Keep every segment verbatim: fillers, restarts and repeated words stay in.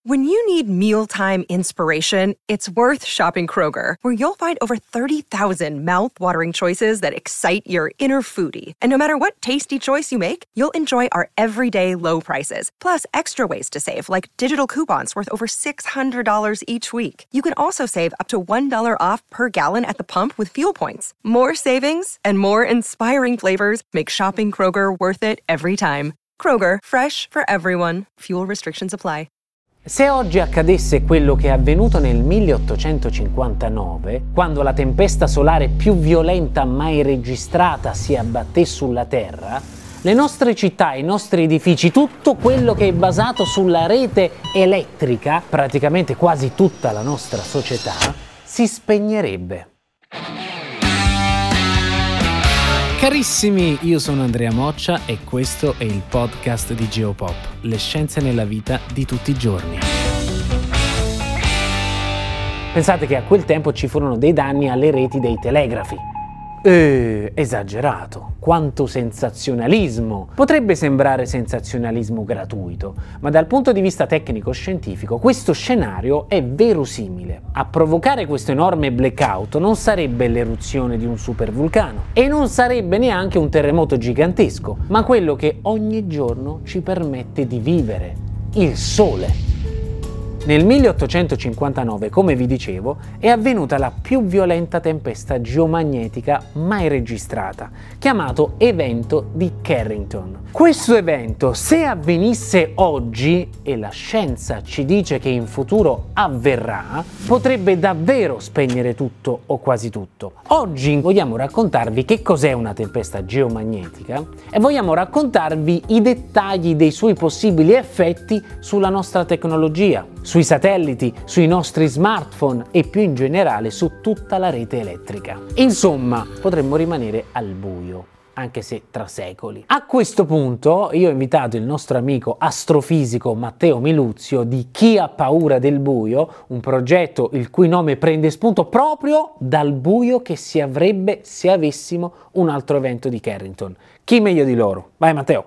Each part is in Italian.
When you need mealtime inspiration, it's worth shopping Kroger, where you'll find over thirty thousand mouth-watering choices that excite your inner foodie. And no matter what tasty choice you make, you'll enjoy our everyday low prices, plus extra ways to save, like digital coupons worth over six hundred dollars each week. You can also save up to one dollar off per gallon at the pump with fuel points. More savings and more inspiring flavors make shopping Kroger worth it every time. Kroger, fresh for everyone. Fuel restrictions apply. Se oggi accadesse quello che è avvenuto nel milleottocentocinquantanove, quando la tempesta solare più violenta mai registrata si abbatté sulla Terra, le nostre città, i nostri edifici, tutto quello che è basato sulla rete elettrica, praticamente quasi tutta la nostra società, si spegnerebbe. Carissimi, io sono Andrea Moccia e questo è il podcast di Geopop, le scienze nella vita di tutti i giorni. Pensate che a quel tempo ci furono dei danni alle reti dei telegrafi. Eh, esagerato, quanto sensazionalismo! Potrebbe sembrare sensazionalismo gratuito, ma dal punto di vista tecnico-scientifico questo scenario è verosimile. A provocare questo enorme blackout non sarebbe l'eruzione di un supervulcano e non sarebbe neanche un terremoto gigantesco, ma quello che ogni giorno ci permette di vivere, il Sole. Nel milleottocentocinquantanove, come vi dicevo, è avvenuta la più violenta tempesta geomagnetica mai registrata, chiamato evento di Carrington. Questo evento, se avvenisse oggi, e la scienza ci dice che in futuro avverrà, potrebbe davvero spegnere tutto o quasi tutto. Oggi vogliamo raccontarvi che cos'è una tempesta geomagnetica e vogliamo raccontarvi i dettagli dei suoi possibili effetti sulla nostra tecnologia, sui satelliti, sui nostri smartphone e più in generale su tutta la rete elettrica. Insomma, potremmo rimanere al buio, anche se tra secoli. A questo punto io ho invitato il nostro amico astrofisico Matteo Miluzio di Chi ha paura del buio, un progetto il cui nome prende spunto proprio dal buio che si avrebbe se avessimo un altro evento di Carrington. Chi meglio di loro? Vai Matteo!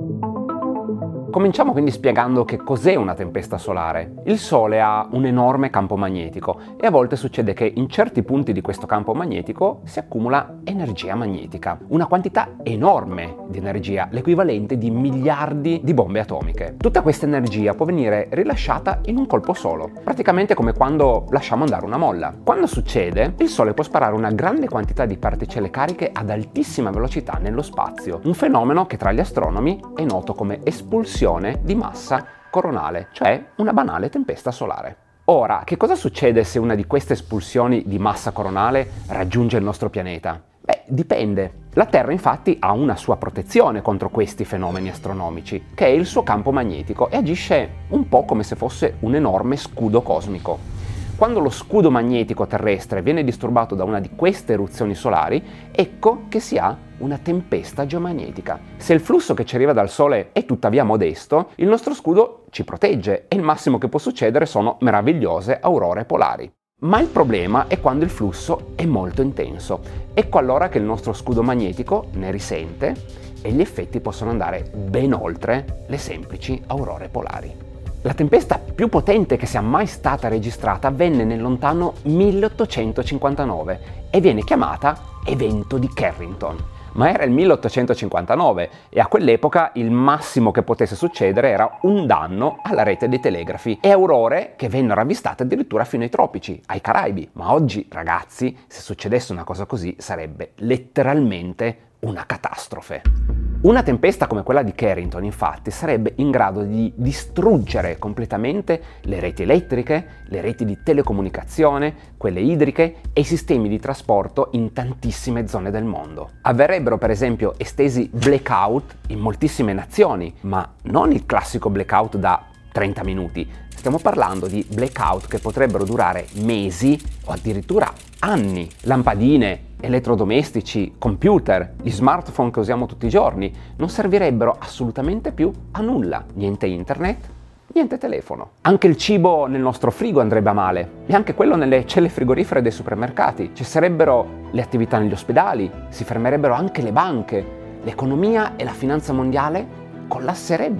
Cominciamo quindi spiegando che cos'è una tempesta solare. Il Sole ha un enorme campo magnetico e a volte succede che in certi punti di questo campo magnetico si accumula energia magnetica, una quantità enorme di energia, l'equivalente di miliardi di bombe atomiche. Tutta questa energia può venire rilasciata in un colpo solo, praticamente come quando lasciamo andare una molla. Quando succede, il Sole può sparare una grande quantità di particelle cariche ad altissima velocità nello spazio, un fenomeno che tra gli astronomi è noto come espulsione di massa coronale, cioè una banale tempesta solare. Ora, che cosa succede se una di queste espulsioni di massa coronale raggiunge il nostro pianeta? Beh, dipende. La Terra infatti ha una sua protezione contro questi fenomeni astronomici, che è il suo campo magnetico e agisce un po' come se fosse un enorme scudo cosmico. Quando lo scudo magnetico terrestre viene disturbato da una di queste eruzioni solari, ecco che si ha una tempesta geomagnetica. Se il flusso che ci arriva dal Sole è tuttavia modesto, il nostro scudo ci protegge e il massimo che può succedere sono meravigliose aurore polari. Ma il problema è quando il flusso è molto intenso. Ecco allora che il nostro scudo magnetico ne risente e gli effetti possono andare ben oltre le semplici aurore polari. La tempesta più potente che sia mai stata registrata avvenne nel lontano milleottocentocinquantanove e viene chiamata evento di Carrington. Ma era il milleottocentocinquantanove e a quell'epoca il massimo che potesse succedere era un danno alla rete dei telegrafi e aurore che vennero avvistate addirittura fino ai tropici, ai Caraibi. Ma oggi, ragazzi, se succedesse una cosa così sarebbe letteralmente una catastrofe. Una tempesta come quella di Carrington, infatti, sarebbe in grado di distruggere completamente le reti elettriche, le reti di telecomunicazione, quelle idriche e i sistemi di trasporto in tantissime zone del mondo. Avverrebbero per esempio estesi blackout in moltissime nazioni, ma non il classico blackout da trenta minuti. Stiamo parlando di blackout che potrebbero durare mesi o addirittura anni. Lampadine, elettrodomestici, computer, gli smartphone che usiamo tutti i giorni non servirebbero assolutamente più a nulla. Niente internet, niente telefono. Anche il cibo nel nostro frigo andrebbe a male e anche quello nelle celle frigorifere dei supermercati. Ci sarebbero le attività negli ospedali, si fermerebbero anche le banche, l'economia e la finanza mondiale collasserebbero.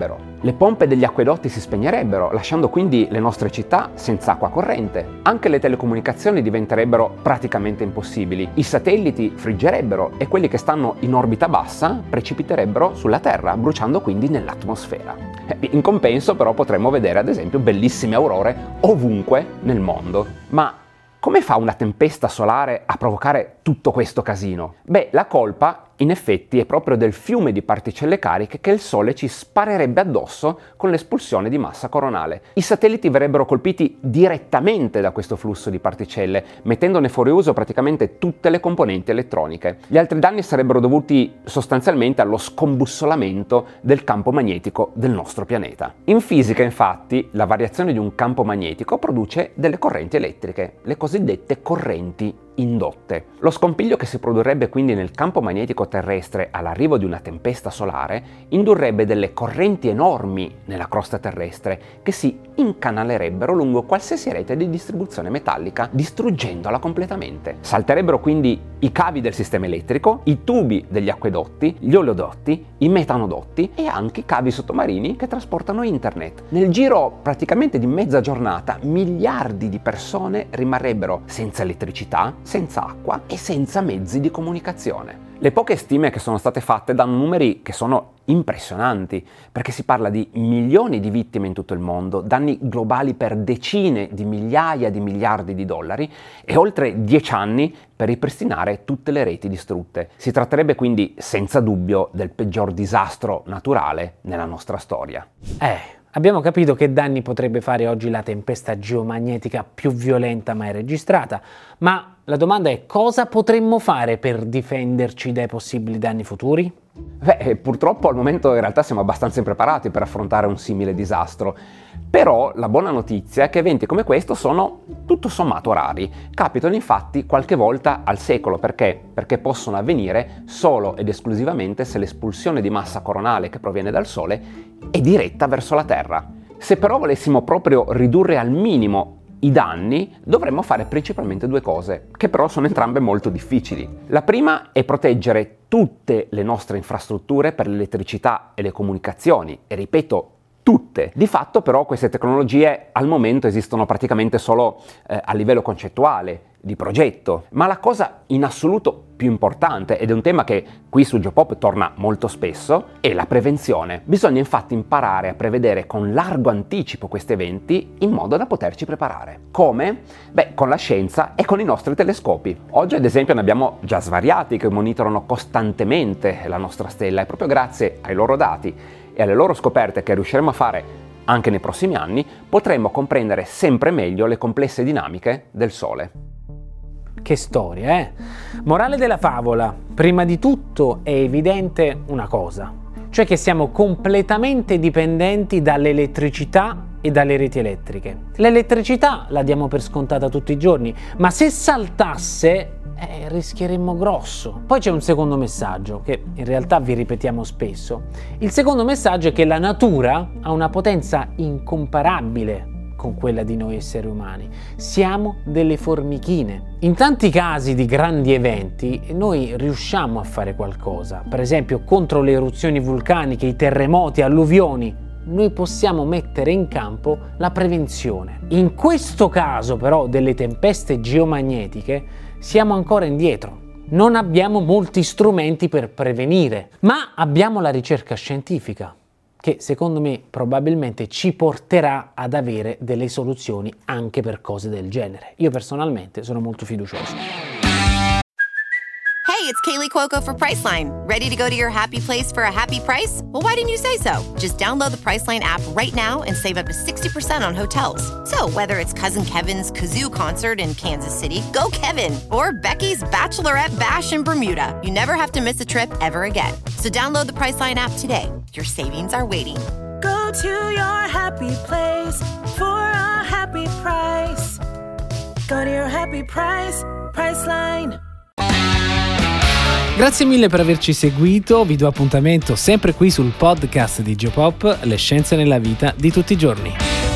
Le pompe degli acquedotti si spegnerebbero, lasciando quindi le nostre città senza acqua corrente. Anche le telecomunicazioni diventerebbero praticamente impossibili. I satelliti friggerebbero e quelli che stanno in orbita bassa precipiterebbero sulla Terra, bruciando quindi nell'atmosfera. In compenso però potremmo vedere ad esempio bellissime aurore ovunque nel mondo. Ma come fa una tempesta solare a provocare tutto questo casino? Beh, la colpa in effetti è proprio del fiume di particelle cariche che il Sole ci sparerebbe addosso con l'espulsione di massa coronale. I satelliti verrebbero colpiti direttamente da questo flusso di particelle, mettendone fuori uso praticamente tutte le componenti elettroniche. Gli altri danni sarebbero dovuti sostanzialmente allo scombussolamento del campo magnetico del nostro pianeta. In fisica, infatti, la variazione di un campo magnetico produce delle correnti elettriche, le cosiddette correnti indotte. Lo scompiglio che si produrrebbe quindi nel campo magnetico terrestre all'arrivo di una tempesta solare indurrebbe delle correnti enormi nella crosta terrestre che si incanalerebbero lungo qualsiasi rete di distribuzione metallica, distruggendola completamente. Salterebbero quindi i cavi del sistema elettrico, i tubi degli acquedotti, gli oleodotti, i metanodotti e anche i cavi sottomarini che trasportano internet. Nel giro praticamente di mezza giornata miliardi di persone rimarrebbero senza elettricità, senza acqua e senza mezzi di comunicazione. Le poche stime che sono state fatte danno numeri che sono impressionanti, perché si parla di milioni di vittime in tutto il mondo, danni globali per decine di migliaia di miliardi di dollari e oltre dieci anni per ripristinare tutte le reti distrutte. Si tratterebbe quindi senza dubbio del peggior disastro naturale nella nostra storia. Eh... Abbiamo capito che danni potrebbe fare oggi la tempesta geomagnetica più violenta mai registrata, ma la domanda è: cosa potremmo fare per difenderci dai possibili danni futuri? Beh, purtroppo al momento in realtà siamo abbastanza impreparati per affrontare un simile disastro, però la buona notizia è che eventi come questo sono tutto sommato rari. Capitano infatti qualche volta al secolo, perché? Perché possono avvenire solo ed esclusivamente se l'espulsione di massa coronale che proviene dal Sole è diretta verso la Terra. Se però volessimo proprio ridurre al minimo i danni, dovremmo fare principalmente due cose, che però sono entrambe molto difficili. La prima è proteggere tutte le nostre infrastrutture per l'elettricità e le comunicazioni, e ripeto, tutte. Di fatto però queste tecnologie al momento esistono praticamente solo eh, a livello concettuale, di progetto, ma la cosa in assoluto più importante, ed è un tema che qui su Geopop torna molto spesso, è la prevenzione. Bisogna infatti imparare a prevedere con largo anticipo questi eventi in modo da poterci preparare. Come? Beh, con la scienza e con i nostri telescopi. Oggi ad esempio ne abbiamo già svariati che monitorano costantemente la nostra stella e proprio grazie ai loro dati e alle loro scoperte che riusciremo a fare anche nei prossimi anni, potremo comprendere sempre meglio le complesse dinamiche del Sole. Che storia, eh? Morale della favola: prima di tutto è evidente una cosa, cioè che siamo completamente dipendenti dall'elettricità e dalle reti elettriche. L'elettricità la diamo per scontata tutti i giorni, ma se saltasse eh, rischieremmo grosso. Poi c'è un secondo messaggio che in realtà vi ripetiamo spesso. Il secondo messaggio è che la natura ha una potenza incomparabile con quella di noi esseri umani. Siamo delle formichine. In tanti casi di grandi eventi noi riusciamo a fare qualcosa, per esempio contro le eruzioni vulcaniche, i terremoti, alluvioni. Noi possiamo mettere in campo la prevenzione. In questo caso però delle tempeste geomagnetiche siamo ancora indietro. Non abbiamo molti strumenti per prevenire, ma abbiamo la ricerca scientifica, che secondo me probabilmente ci porterà ad avere delle soluzioni anche per cose del genere. Io personalmente sono molto fiducioso. Hey, it's Kaylee Cuoco for Priceline. Ready to go to your happy place for a happy price? Well, why didn't you say so? Just download the Priceline app right now and save up to sixty percent on hotels. So whether it's Cousin Kevin's Kazoo Concert in Kansas City, go Kevin, or Becky's Bachelorette Bash in Bermuda, you never have to miss a trip ever again. So download the Priceline app today. Your savings are waiting. Go to your happy place for a happy price. Go to your happy price, Priceline. Grazie mille per averci seguito, vi do appuntamento sempre qui sul podcast di Geopop, le scienze nella vita di tutti i giorni.